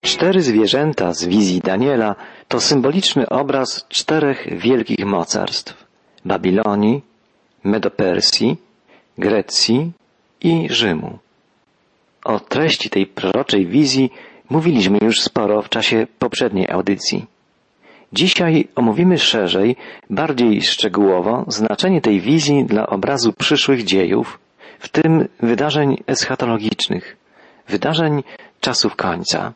4 zwierzęta z wizji Daniela to symboliczny obraz 4 wielkich mocarstw: Babilonii, Medopersji, Grecji i Rzymu. O treści tej proroczej wizji mówiliśmy już sporo w czasie poprzedniej audycji. Dzisiaj omówimy szerzej, bardziej szczegółowo znaczenie tej wizji dla obrazu przyszłych dziejów, w tym wydarzeń eschatologicznych, wydarzeń czasów końca.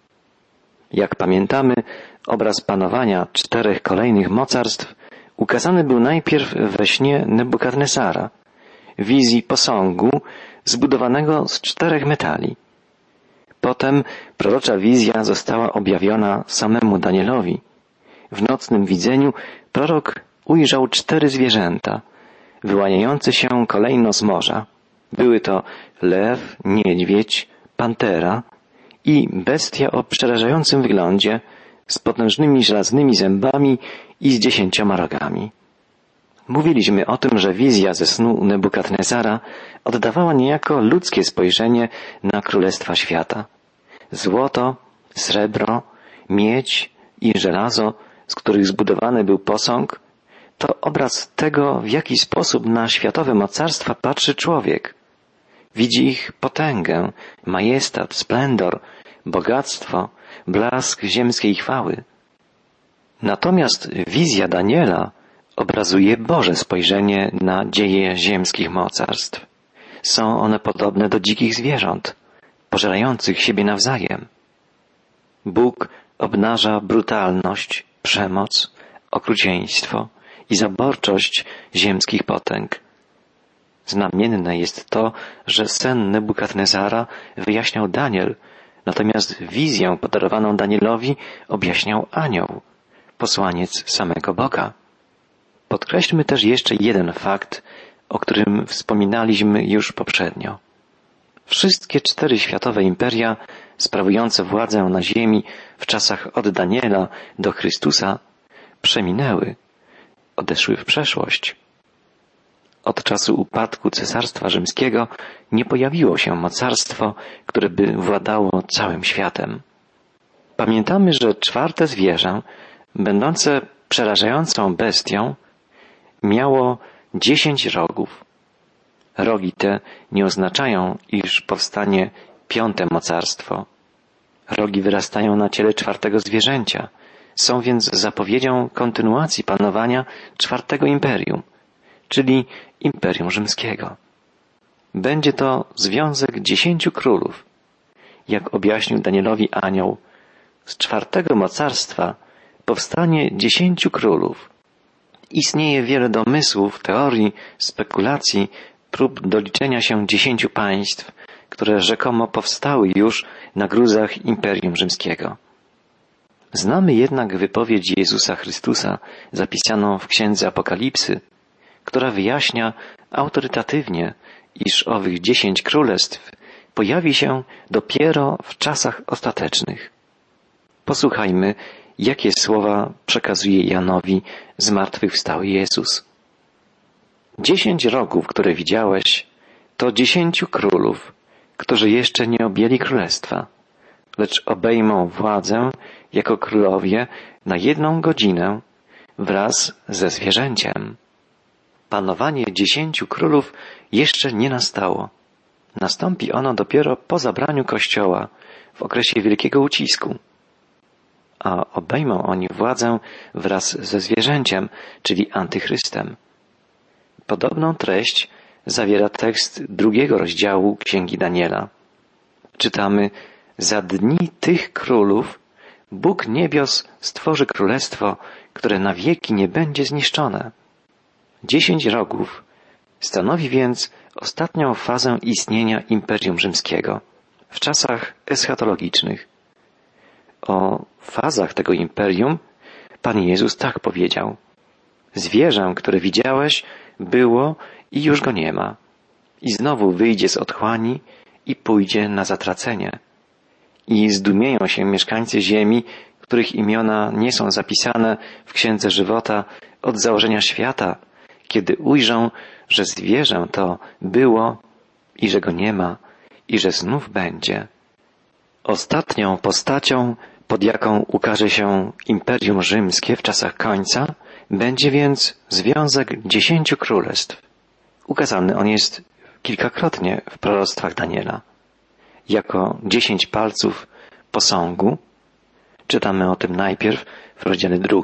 Jak pamiętamy, obraz panowania 4 kolejnych mocarstw ukazany był najpierw we śnie Nebukadnesara, wizji posągu zbudowanego z 4 metali. Potem prorocza wizja została objawiona samemu Danielowi. W nocnym widzeniu prorok ujrzał 4 zwierzęta, wyłaniające się kolejno z morza. Były to lew, niedźwiedź, pantera i bestia o przerażającym wyglądzie, z potężnymi żelaznymi zębami i z 10 rogami. Mówiliśmy o tym, że wizja ze snu Nebukadnesara oddawała niejako ludzkie spojrzenie na królestwa świata. Złoto, srebro, miedź i żelazo, z których zbudowany był posąg, to obraz tego, w jaki sposób na światowe mocarstwa patrzy człowiek. Widzi ich potęgę, majestat, splendor, bogactwo, blask ziemskiej chwały. Natomiast wizja Daniela obrazuje Boże spojrzenie na dzieje ziemskich mocarstw. Są one podobne do dzikich zwierząt, pożerających siebie nawzajem. Bóg obnaża brutalność, przemoc, okrucieństwo i zaborczość ziemskich potęg. Znamienne jest to, że sen Nebukadnezara wyjaśniał Daniel, natomiast wizję podarowaną Danielowi objaśniał anioł, posłaniec samego Boga. Podkreślmy też jeszcze jeden fakt, o którym wspominaliśmy już poprzednio. Wszystkie 4 światowe imperia sprawujące władzę na ziemi w czasach od Daniela do Chrystusa przeminęły, odeszły w przeszłość. Od czasu upadku Cesarstwa Rzymskiego nie pojawiło się mocarstwo, które by władało całym światem. Pamiętamy, że 4 zwierzę, będące przerażającą bestią, miało 10 rogów. Rogi te nie oznaczają, iż powstanie 5 mocarstwo. Rogi wyrastają na ciele 4 zwierzęcia. Są więc zapowiedzią kontynuacji panowania 4 imperium, czyli Imperium Rzymskiego. Będzie to związek 10 królów. Jak objaśnił Danielowi anioł, z 4 mocarstwa powstanie 10 królów. Istnieje wiele domysłów, teorii, spekulacji, prób doliczenia się 10 państw, które rzekomo powstały już na gruzach Imperium Rzymskiego. Znamy jednak wypowiedź Jezusa Chrystusa zapisaną w Księdze Apokalipsy, która wyjaśnia autorytatywnie, iż owych 10 królestw pojawi się dopiero w czasach ostatecznych. Posłuchajmy, jakie słowa przekazuje Janowi zmartwychwstały Jezus. 10 rogów, które widziałeś, to 10 królów, którzy jeszcze nie objęli królestwa, lecz obejmą władzę jako królowie na 1 godzinę wraz ze zwierzęciem. Panowanie 10 królów jeszcze nie nastało. Nastąpi ono dopiero po zabraniu Kościoła w okresie wielkiego ucisku. A obejmą oni władzę wraz ze zwierzęciem, czyli antychrystem. Podobną treść zawiera tekst 2 rozdziału Księgi Daniela. Czytamy: za dni tych królów Bóg niebios stworzy królestwo, które na wieki nie będzie zniszczone. 10 rogów stanowi więc ostatnią fazę istnienia Imperium Rzymskiego w czasach eschatologicznych. O fazach tego imperium Pan Jezus tak powiedział: zwierzę, które widziałeś, było i już go nie ma. I znowu wyjdzie z otchłani i pójdzie na zatracenie. I zdumieją się mieszkańcy ziemi, których imiona nie są zapisane w Księdze Żywota od założenia świata, kiedy ujrzą, że zwierzę to było i że go nie ma i że znów będzie. Ostatnią postacią, pod jaką ukaże się Imperium Rzymskie w czasach końca, będzie więc związek 10 królestw. Ukazany on jest kilkakrotnie w proroctwach Daniela. Jako 10 palców posągu, czytamy o tym najpierw w rozdziale 2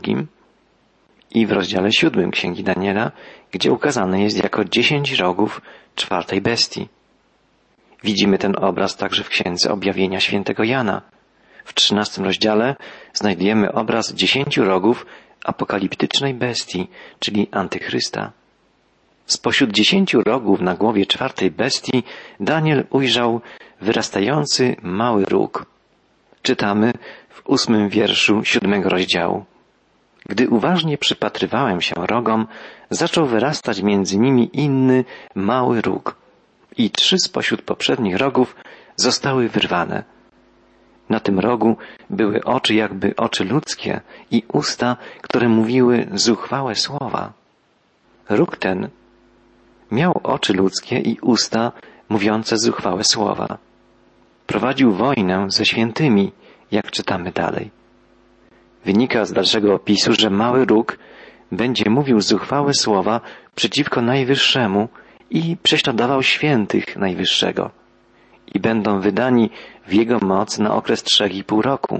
i w rozdziale 7 Księgi Daniela, gdzie ukazany jest jako 10 rogów 4 bestii. Widzimy ten obraz także w Księdze Objawienia świętego Jana. W 13 rozdziale znajdujemy obraz 10 rogów apokaliptycznej bestii, czyli Antychrysta. Spośród 10 rogów na głowie 4 bestii Daniel ujrzał wyrastający mały róg. Czytamy w 8 wierszu 7 rozdziału. Gdy uważnie przypatrywałem się rogom, zaczął wyrastać między nimi inny mały róg i 3 spośród poprzednich rogów zostały wyrwane. Na tym rogu były oczy jakby oczy ludzkie i usta, które mówiły zuchwałe słowa. Róg ten miał oczy ludzkie i usta mówiące zuchwałe słowa. Prowadził wojnę ze świętymi, jak czytamy dalej. Wynika z dalszego opisu, że mały róg będzie mówił zuchwałe słowa przeciwko Najwyższemu i prześladował świętych Najwyższego. I będą wydani w jego moc na okres 3,5 roku.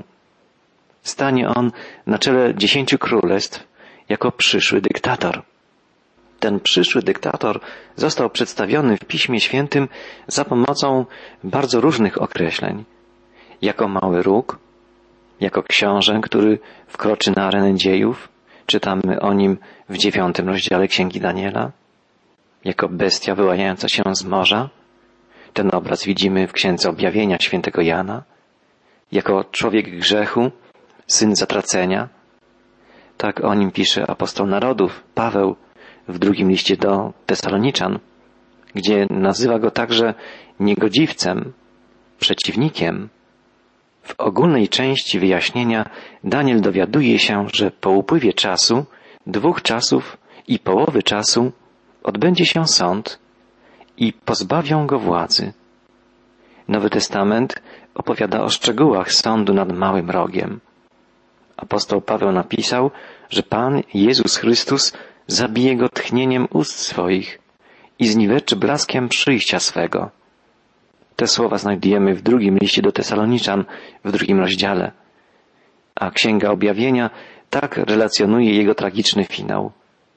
Stanie on na czele 10 królestw jako przyszły dyktator. Ten przyszły dyktator został przedstawiony w Piśmie Świętym za pomocą bardzo różnych określeń. Jako mały róg, jako książę, który wkroczy na arenę dziejów, czytamy o nim w 9 rozdziale Księgi Daniela, jako bestia wyłaniająca się z morza. Ten obraz widzimy w Księdze Objawienia świętego Jana, jako człowiek grzechu, syn zatracenia. Tak o nim pisze apostoł narodów, Paweł, w drugim liście do Tesaloniczan, gdzie nazywa go także niegodziwcem, przeciwnikiem. W ogólnej części wyjaśnienia Daniel dowiaduje się, że po upływie czasu, 2 czasów i połowy czasu odbędzie się sąd i pozbawią go władzy. Nowy Testament opowiada o szczegółach sądu nad małym rogiem. Apostoł Paweł napisał, że Pan Jezus Chrystus zabije go tchnieniem ust swoich i zniweczy blaskiem przyjścia swego. Te słowa znajdujemy w drugim liście do Tesaloniczan, w 2 rozdziale. A Księga Objawienia tak relacjonuje jego tragiczny finał.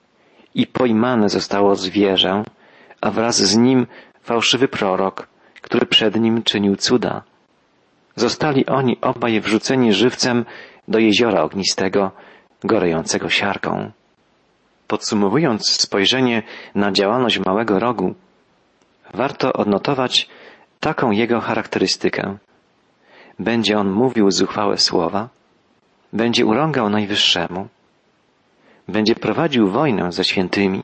I pojmane zostało zwierzę, a wraz z nim fałszywy prorok, który przed nim czynił cuda. Zostali oni obaj wrzuceni żywcem do jeziora ognistego, gorejącego siarką. Podsumowując spojrzenie na działalność małego rogu, warto odnotować taką jego charakterystykę. Będzie on mówił zuchwałe słowa, będzie urągał Najwyższemu, będzie prowadził wojnę ze świętymi,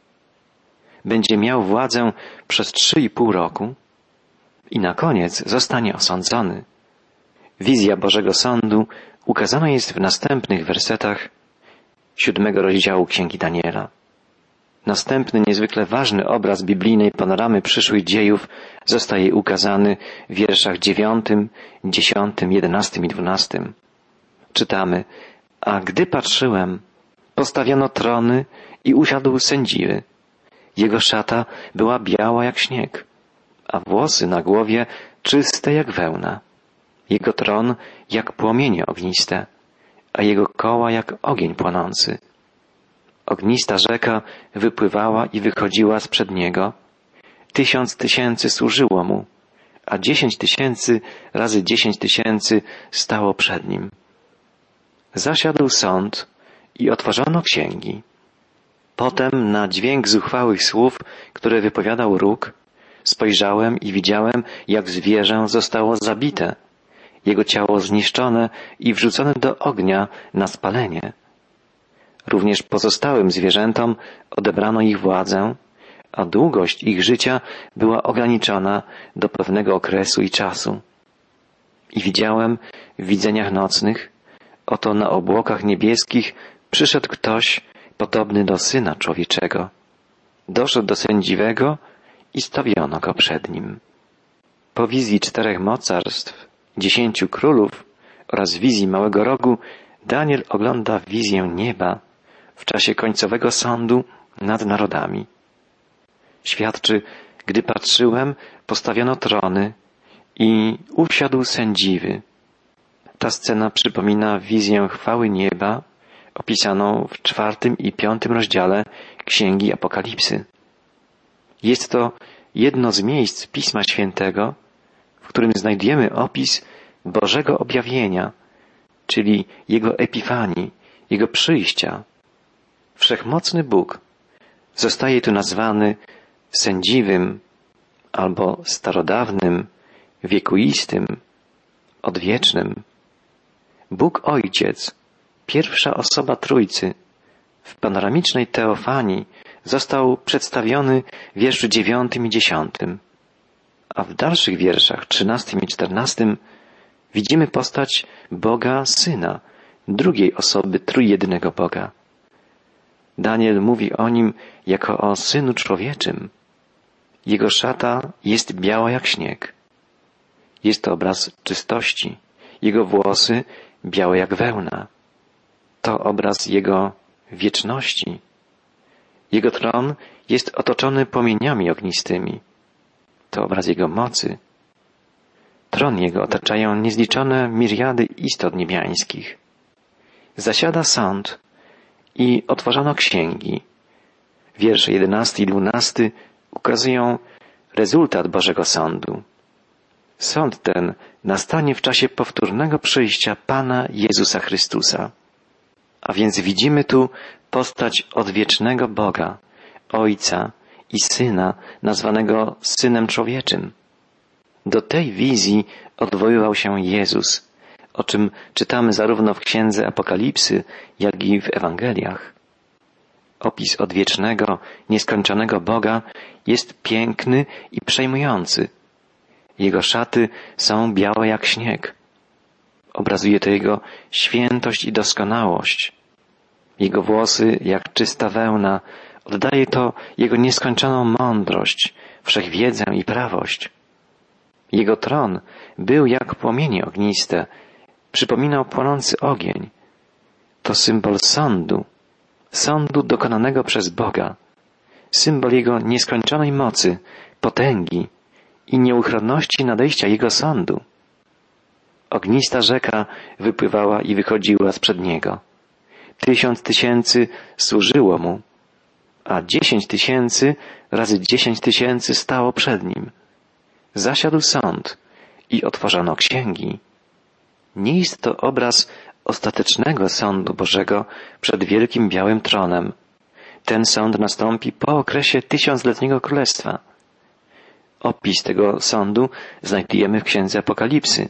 będzie miał władzę przez 3,5 roku i na koniec zostanie osądzony. Wizja Bożego Sądu ukazana jest w następnych wersetach 7 rozdziału Księgi Daniela. Następny niezwykle ważny obraz biblijnej panoramy przyszłych dziejów zostaje ukazany w wierszach 9, 10, 11 i 12. Czytamy: A gdy patrzyłem, postawiono trony i usiadł sędziwy. Jego szata była biała jak śnieg, a włosy na głowie czyste jak wełna. Jego tron jak płomienie ogniste, a jego koła jak ogień płonący. Ognista rzeka wypływała i wychodziła sprzed niego. 1000 tysięcy służyło mu, a 10 tysięcy razy 10 tysięcy stało przed nim. Zasiadł sąd i otworzono księgi. Potem na dźwięk zuchwałych słów, które wypowiadał róg, spojrzałem i widziałem, jak zwierzę zostało zabite, jego ciało zniszczone i wrzucone do ognia na spalenie. Również pozostałym zwierzętom odebrano ich władzę, a długość ich życia była ograniczona do pewnego okresu i czasu. I widziałem w widzeniach nocnych, oto na obłokach niebieskich przyszedł ktoś podobny do Syna Człowieczego. Doszedł do sędziwego i stawiono go przed nim. Po wizji 4 mocarstw 10 królów oraz wizji Małego Rogu, Daniel ogląda wizję nieba w czasie końcowego sądu nad narodami. Świadczy, gdy patrzyłem, postawiono trony i usiadł sędziwy. Ta scena przypomina wizję chwały nieba opisaną w 4. i 5. rozdziale Księgi Apokalipsy. Jest to jedno z miejsc Pisma Świętego, w którym znajdujemy opis Bożego objawienia, czyli Jego epifanii, Jego przyjścia. Wszechmocny Bóg zostaje tu nazwany sędziwym albo starodawnym, wiekuistym, odwiecznym. Bóg Ojciec, pierwsza osoba Trójcy, w panoramicznej teofanii został przedstawiony w wierszu 9 i 10, a w dalszych wierszach 13 i 14 widzimy postać Boga Syna, drugiej osoby trójjedynego Boga. Daniel mówi o nim jako o Synu Człowieczym. Jego szata jest biała jak śnieg. Jest to obraz czystości. Jego włosy białe jak wełna. To obraz Jego wieczności. Jego tron jest otoczony płomieniami ognistymi. To obraz Jego mocy. Tron Jego otaczają niezliczone miriady istot niebiańskich. Zasiada sąd i otworzono księgi. Wiersze 11 i 12 ukazują rezultat Bożego Sądu. Sąd ten nastanie w czasie powtórnego przyjścia Pana Jezusa Chrystusa. A więc widzimy tu postać odwiecznego Boga, Ojca i Syna, nazwanego Synem Człowieczym. Do tej wizji odwoływał się Jezus, o czym czytamy zarówno w Księdze Apokalipsy, jak i w Ewangeliach. Opis odwiecznego, nieskończonego Boga jest piękny i przejmujący. Jego szaty są białe jak śnieg. Obrazuje to Jego świętość i doskonałość. Jego włosy jak czysta wełna, oddaje to Jego nieskończoną mądrość, wszechwiedzę i prawość. Jego tron był jak płomienie ogniste, przypominał płonący ogień. To symbol sądu dokonanego przez Boga, symbol Jego nieskończonej mocy, potęgi i nieuchronności nadejścia Jego sądu. Ognista rzeka wypływała i wychodziła sprzed Niego. 1000 tysięcy służyło Mu, a 10 000 razy 10 000 stało przed Nim. Zasiadł sąd i otworzono księgi. Nie jest to obraz ostatecznego sądu Bożego przed wielkim białym tronem. Ten sąd nastąpi po okresie 1000-letniego królestwa. Opis tego sądu znajdujemy w Księdze Apokalipsy.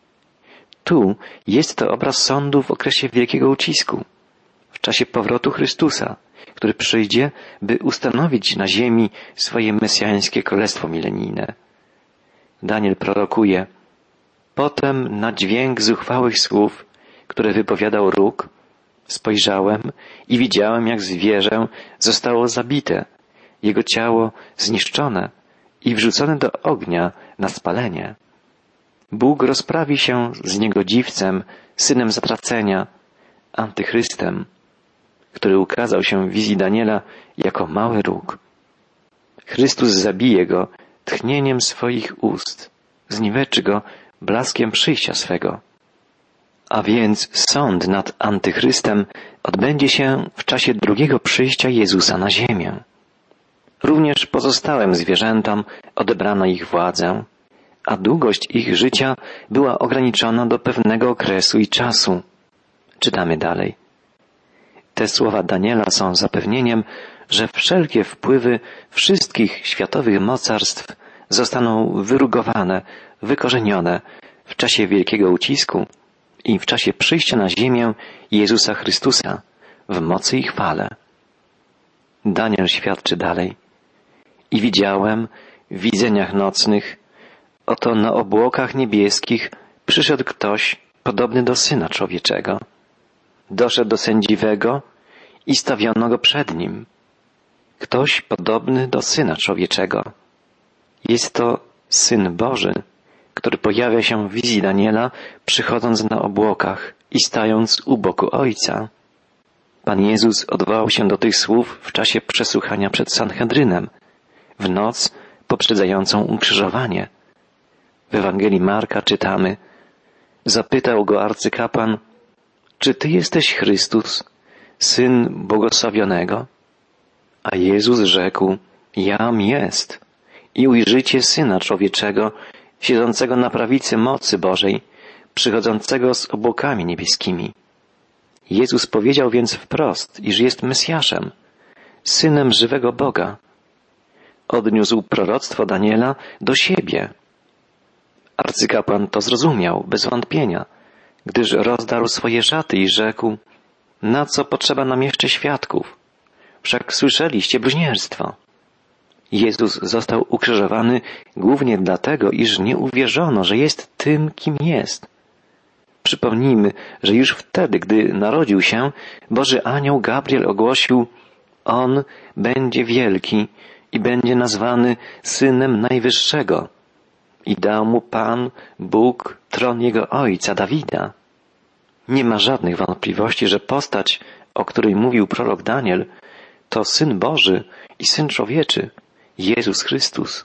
Tu jest to obraz sądu w okresie wielkiego ucisku, w czasie powrotu Chrystusa, który przyjdzie, by ustanowić na ziemi swoje mesjańskie królestwo milenijne. Daniel prorokuje: potem na dźwięk zuchwałych słów, które wypowiadał róg, spojrzałem i widziałem, jak zwierzę zostało zabite, jego ciało zniszczone i wrzucone do ognia na spalenie. Bóg rozprawi się z niegodziwcem, synem zatracenia, antychrystem, który ukazał się w wizji Daniela jako mały róg. Chrystus zabije go tchnieniem swoich ust, zniweczy go blaskiem przyjścia swego. A więc sąd nad antychrystem odbędzie się w czasie drugiego przyjścia Jezusa na ziemię. Również pozostałym zwierzętom odebrano ich władzę, a długość ich życia była ograniczona do pewnego okresu i czasu. Czytamy dalej. Te słowa Daniela są zapewnieniem, że wszelkie wpływy wszystkich światowych mocarstw zostaną wyrugowane, wykorzenione w czasie wielkiego ucisku i w czasie przyjścia na ziemię Jezusa Chrystusa w mocy i chwale. Daniel świadczy dalej. I widziałem w widzeniach nocnych, oto na obłokach niebieskich przyszedł ktoś podobny do Syna Człowieczego. Doszedł do sędziwego i stawiono go przed nim. Ktoś podobny do Syna Człowieczego. Jest to Syn Boży, który pojawia się w wizji Daniela, przychodząc na obłokach i stając u boku Ojca. Pan Jezus odwołał się do tych słów w czasie przesłuchania przed Sanhedrynem, w noc poprzedzającą ukrzyżowanie. W Ewangelii Marka czytamy: zapytał go arcykapłan: czy Ty jesteś Chrystus, Syn Błogosławionego? A Jezus rzekł: jam jest. I ujrzycie Syna Człowieczego, siedzącego na prawicy mocy Bożej, przychodzącego z obłokami niebieskimi. Jezus powiedział więc wprost, iż jest Mesjaszem, Synem żywego Boga. Odniósł proroctwo Daniela do siebie. Arcykapłan to zrozumiał bez wątpienia, gdyż rozdarł swoje szaty i rzekł: na co potrzeba nam jeszcze świadków? Wszak słyszeliście bluźnierstwo. Jezus został ukrzyżowany głównie dlatego, iż nie uwierzono, że jest tym, kim jest. Przypomnijmy, że już wtedy, gdy narodził się, Boży anioł Gabriel ogłosił: on będzie wielki i będzie nazwany Synem Najwyższego. I dał mu Pan, Bóg, tron jego ojca Dawida. Nie ma żadnych wątpliwości, że postać, o której mówił prorok Daniel, to Syn Boży i Syn Człowieczy, Jezus Chrystus.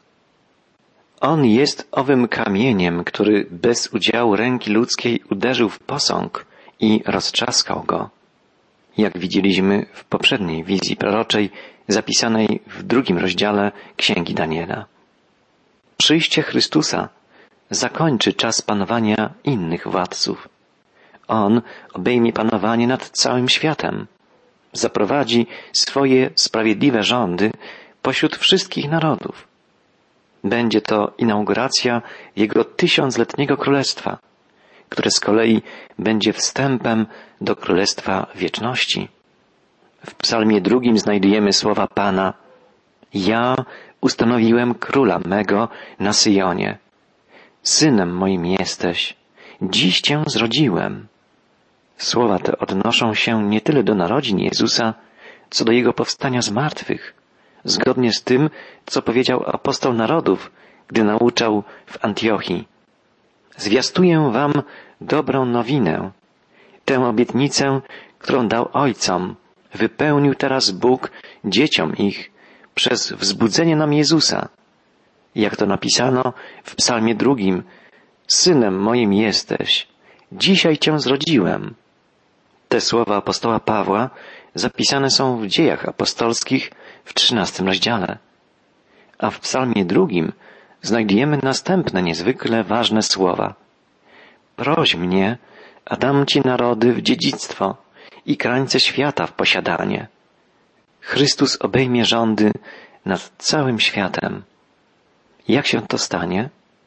On jest owym kamieniem, który bez udziału ręki ludzkiej uderzył w posąg i roztrzaskał go. Jak widzieliśmy w poprzedniej wizji proroczej zapisanej w 2 rozdziale Księgi Daniela. Przyjście Chrystusa zakończy czas panowania innych władców. On obejmie panowanie nad całym światem. Zaprowadzi swoje sprawiedliwe rządy pośród wszystkich narodów. Będzie to inauguracja Jego 1000-letniego królestwa, które z kolei będzie wstępem do królestwa wieczności. W psalmie 2 znajdujemy słowa Pana: ja ustanowiłem króla mego na Syjonie. Synem moim jesteś, dziś Cię zrodziłem. Słowa te odnoszą się nie tyle do narodzin Jezusa, co do Jego powstania z martwych, zgodnie z tym, co powiedział apostoł narodów, gdy nauczał w Antiochii. Zwiastuję wam dobrą nowinę. Tę obietnicę, którą dał ojcom, wypełnił teraz Bóg dzieciom ich przez wzbudzenie nam Jezusa. Jak to napisano w psalmie 2: Synem moim jesteś, dzisiaj Cię zrodziłem. Te słowa apostoła Pawła zapisane są w Dziejach Apostolskich w 13 rozdziale. A w psalmie 2 znajdujemy następne niezwykle ważne słowa. Proś mnie, a dam Ci narody w dziedzictwo i krańce świata w posiadanie. Chrystus obejmie rządy nad całym światem. Jak się to stanie?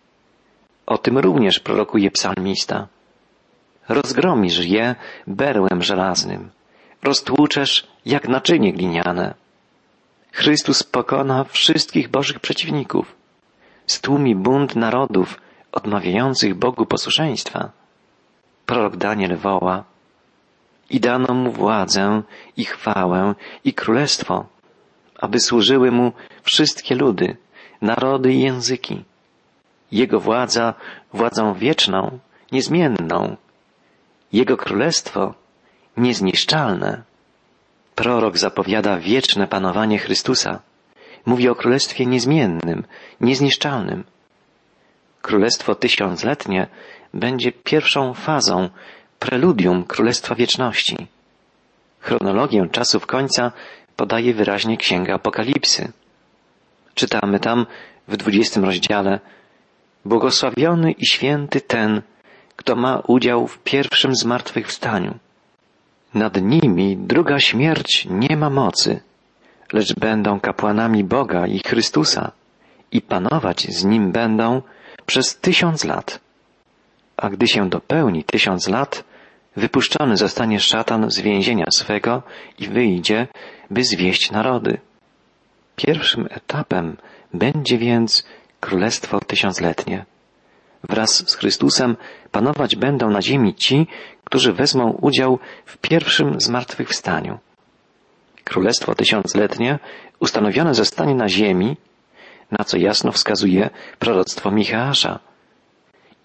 O tym również prorokuje psalmista. Rozgromisz je berłem żelaznym, roztłuczesz jak naczynie gliniane. Chrystus pokona wszystkich Bożych przeciwników, stłumi bunt narodów odmawiających Bogu posłuszeństwa. Prorok Daniel woła: i dano mu władzę, i chwałę, i królestwo, aby służyły mu wszystkie ludy, narody i języki. Jego władza władzą wieczną, niezmienną. Jego królestwo niezniszczalne. Prorok zapowiada wieczne panowanie Chrystusa. Mówi o królestwie niezmiennym, niezniszczalnym. Królestwo 1000-letnie będzie pierwszą fazą, preludium Królestwa Wieczności. Chronologię czasów końca podaje wyraźnie Księga Apokalipsy. Czytamy tam w 20 rozdziale: błogosławiony i święty ten, kto ma udział w pierwszym zmartwychwstaniu. Nad nimi druga śmierć nie ma mocy, lecz będą kapłanami Boga i Chrystusa i panować z Nim będą przez 1000 lat. A gdy się dopełni 1000 lat, wypuszczony zostanie szatan z więzienia swego i wyjdzie, by zwieść narody. Pierwszym etapem będzie więc Królestwo 1000-letnie. Wraz z Chrystusem panować będą na ziemi ci, którzy wezmą udział w pierwszym zmartwychwstaniu. Królestwo 1000-letnie ustanowione zostanie na ziemi, na co jasno wskazuje proroctwo Micheasza.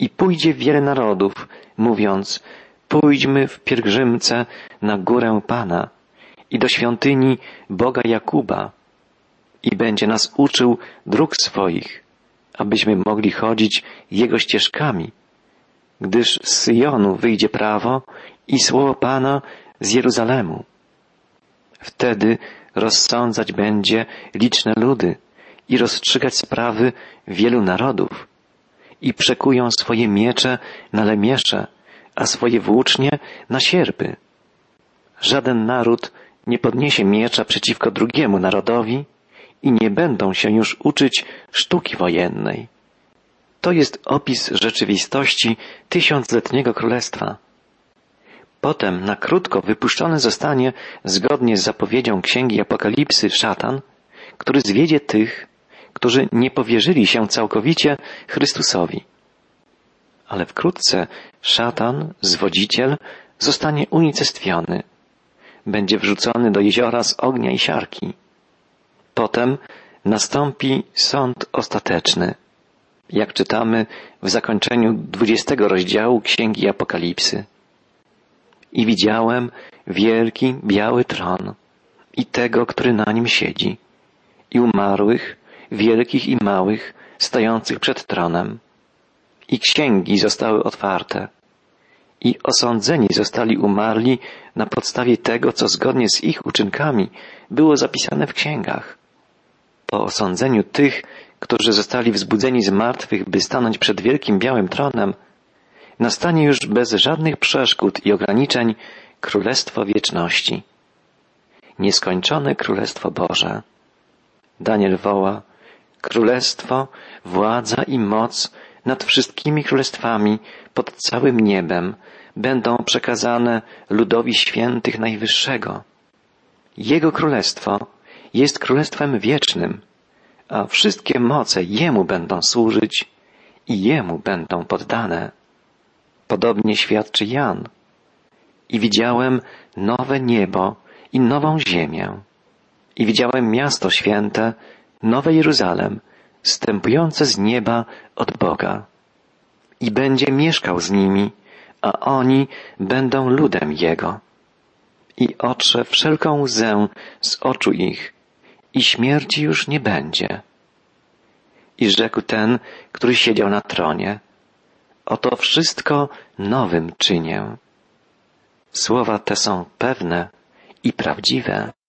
I pójdzie wiele narodów, mówiąc, pójdźmy w pielgrzymce na górę Pana i do świątyni Boga Jakuba i będzie nas uczył dróg swoich, abyśmy mogli chodzić Jego ścieżkami, gdyż z Syjonu wyjdzie prawo i słowo Pana z Jeruzalemu. Wtedy rozsądzać będzie liczne ludy i rozstrzygać sprawy wielu narodów i przekują swoje miecze na lemiesze, a swoje włócznie na sierpy. Żaden naród nie podniesie miecza przeciwko drugiemu narodowi i nie będą się już uczyć sztuki wojennej. To jest opis rzeczywistości tysiącletniego królestwa. Potem na krótko wypuszczony zostanie, zgodnie z zapowiedzią Księgi Apokalipsy, szatan, który zwiedzie tych, którzy nie powierzyli się całkowicie Chrystusowi. Ale wkrótce szatan, zwodziciel, zostanie unicestwiony. Będzie wrzucony do jeziora z ognia i siarki. Potem nastąpi sąd ostateczny, jak czytamy w zakończeniu 20 rozdziału Księgi Apokalipsy. I widziałem wielki, biały tron i tego, który na nim siedzi, i umarłych, wielkich i małych, stojących przed tronem. I księgi zostały otwarte. I osądzeni zostali umarli na podstawie tego, co zgodnie z ich uczynkami było zapisane w księgach. Po osądzeniu tych, którzy zostali wzbudzeni z martwych, by stanąć przed wielkim białym tronem, nastanie już bez żadnych przeszkód i ograniczeń Królestwo Wieczności. Nieskończone Królestwo Boże. Daniel woła: Królestwo, władza i moc nad wszystkimi królestwami pod całym niebem będą przekazane ludowi świętych Najwyższego. Jego królestwo jest królestwem wiecznym, a wszystkie moce Jemu będą służyć i Jemu będą poddane. Podobnie świadczy Jan. I widziałem nowe niebo i nową ziemię. I widziałem miasto święte, nowe Jeruzalem, zstępujące z nieba od Boga. I będzie mieszkał z nimi, a oni będą ludem Jego. I otrze wszelką łzę z oczu ich, i śmierci już nie będzie. I rzekł ten, który siedział na tronie: oto wszystko nowym czynię. Słowa te są pewne i prawdziwe.